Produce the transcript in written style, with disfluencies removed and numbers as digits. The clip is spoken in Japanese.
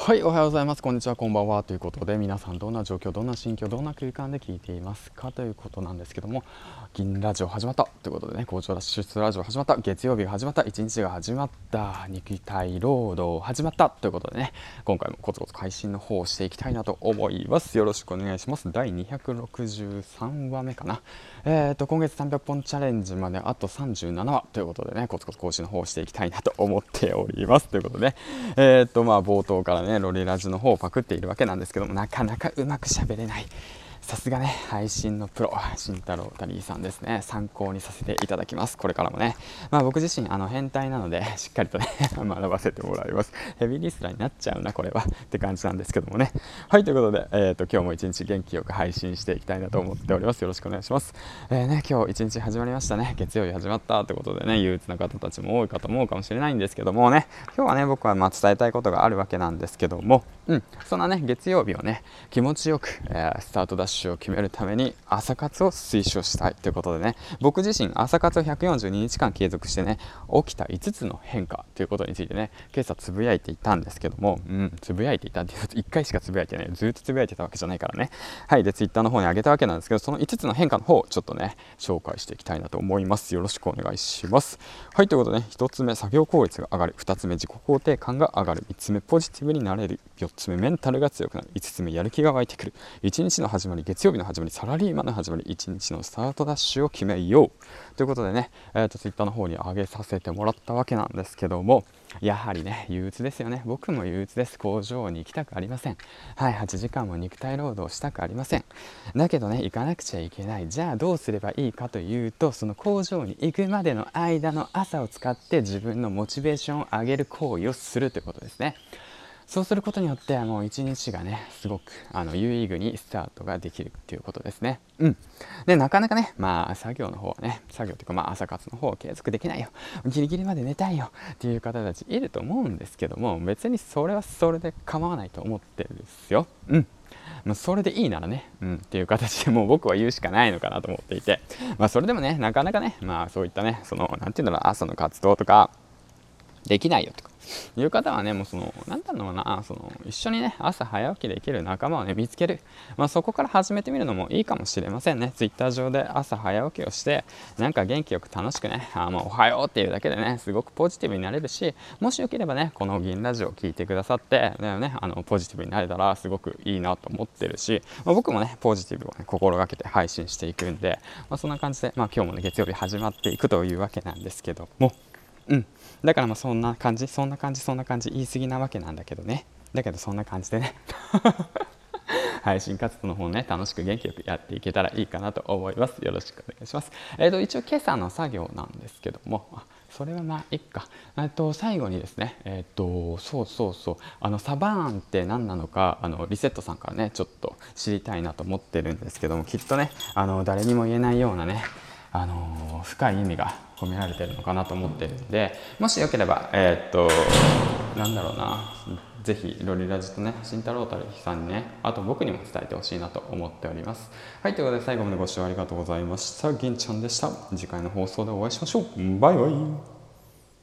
はい、おはようございます。こんにちは、こんばんは。ということで、皆さんどんな状況、どんな心境、どんな空間で聞いていますかということなんですけども、銀ラジオ始まったということでね、好調脱出ラジオ始まった、月曜日が始まった、一日が始まった、肉体労働始まったということでね、今回もコツコツ配信の方をしていきたいなと思います。よろしくお願いします。第263話目かな。今月300本チャレンジまであと37話ということでね、コツコツ更新の方をしていきたいなと思っております。ということでね、冒頭からね、ロリラジの方をパクっているわけなんですけども、なかなかうまく喋れない。さすがね、配信のプロ、慎太郎タリーさんですね。参考にさせていただきます。これからもね。僕自身、変態なので、しっかりとね、学ばせてもらいます。ヘビーリスラーになっちゃうな、これは。って感じなんですけどもね。はい、ということで、今日も一日元気よく配信していきたいなと思っております。よろしくお願いします。今日一日始まりましたね。月曜日始まったということでね、憂鬱な方たちも多いかと思うかもしれないんですけどもね、今日はね、僕は伝えたいことがあるわけなんですけども、そんなね、月曜日をね、気持ちよく、スタートダッシュを決めるために朝活を推奨したいということでね、僕自身朝活を142日間継続してね、起きた5つの変化ということについてね、今朝つぶやいていたんですけども、つぶやいていたっていうと1回しかつぶやいてない、ずっとつぶやいてたわけじゃないからね。はい、でツイッターの方に上げたわけなんですけど、その5つの変化の方をちょっとね、紹介していきたいなと思います。よろしくお願いします。はい、ということでね、1つ目作業効率が上がる、2つ目自己肯定感が上がる、3つ目ポジティブになれる、4つ目メンタルが強くなる、5つ目やる気が湧いてくる、1日の始まり、月曜日の始まり、サラリーマンの始まり、1日のスタートダッシュを決めようということでね、ツイッターの方に上げさせてもらったわけなんですけども、やはりね、憂鬱ですよね。僕も憂鬱です。工場に行きたくありません。はい、8時間も肉体労働したくありません。だけどね、行かなくちゃいけない。じゃあどうすればいいかというと、その工場に行くまでの間の朝を使って自分のモチベーションを上げる行為をするということですね。そうすることによってもう一日がね、すごく有意義にスタートができるっていうことですね。でなかなかね、作業の方はね、作業というか朝活の方を継続できないよ、ギリギリまで寝たいよっていう方たちいると思うんですけども、別にそれはそれで構わないと思ってるんですよ。それでいいならね、っていう形でもう僕は言うしかないのかなと思っていて、それでもね、なかなかね、そういったね、なんていうんだろう、朝の活動とかできないよとかいう方はね、もうなんだろうな、一緒にね、朝早起きできる仲間をね、見つける。そこから始めてみるのもいいかもしれませんね。ツイッター上で朝早起きをして、なんか元気よく楽しくね、おはようっていうだけでね、すごくポジティブになれるし、もしよければね、この銀ラジオを聞いてくださって、ポジティブになれたらすごくいいなと思ってるし、僕もね、ポジティブをね、心がけて配信していくんで、そんな感じで、今日もね、月曜日始まっていくというわけなんですけども、だからそんな感じ言い過ぎなわけなんだけどね。だけどそんな感じでね配信活動の方ね、楽しく元気よくやっていけたらいいかなと思います。よろしくお願いします。一応今朝の作業なんですけども、それはいっか。最後にですね、サバーンって何なのか、リセットさんからね、ちょっと知りたいなと思ってるんですけども、きっとね、誰にも言えないようなね、深い意味が込められているのかなと思っているので、もしよければなんだろうな、ぜひロリラジとね、慎太郎たりさんにね、あと僕にも伝えてほしいなと思っております。はい、ということで最後までご視聴ありがとうございました。銀ちゃんでした。次回の放送でお会いしましょう。バイバイ。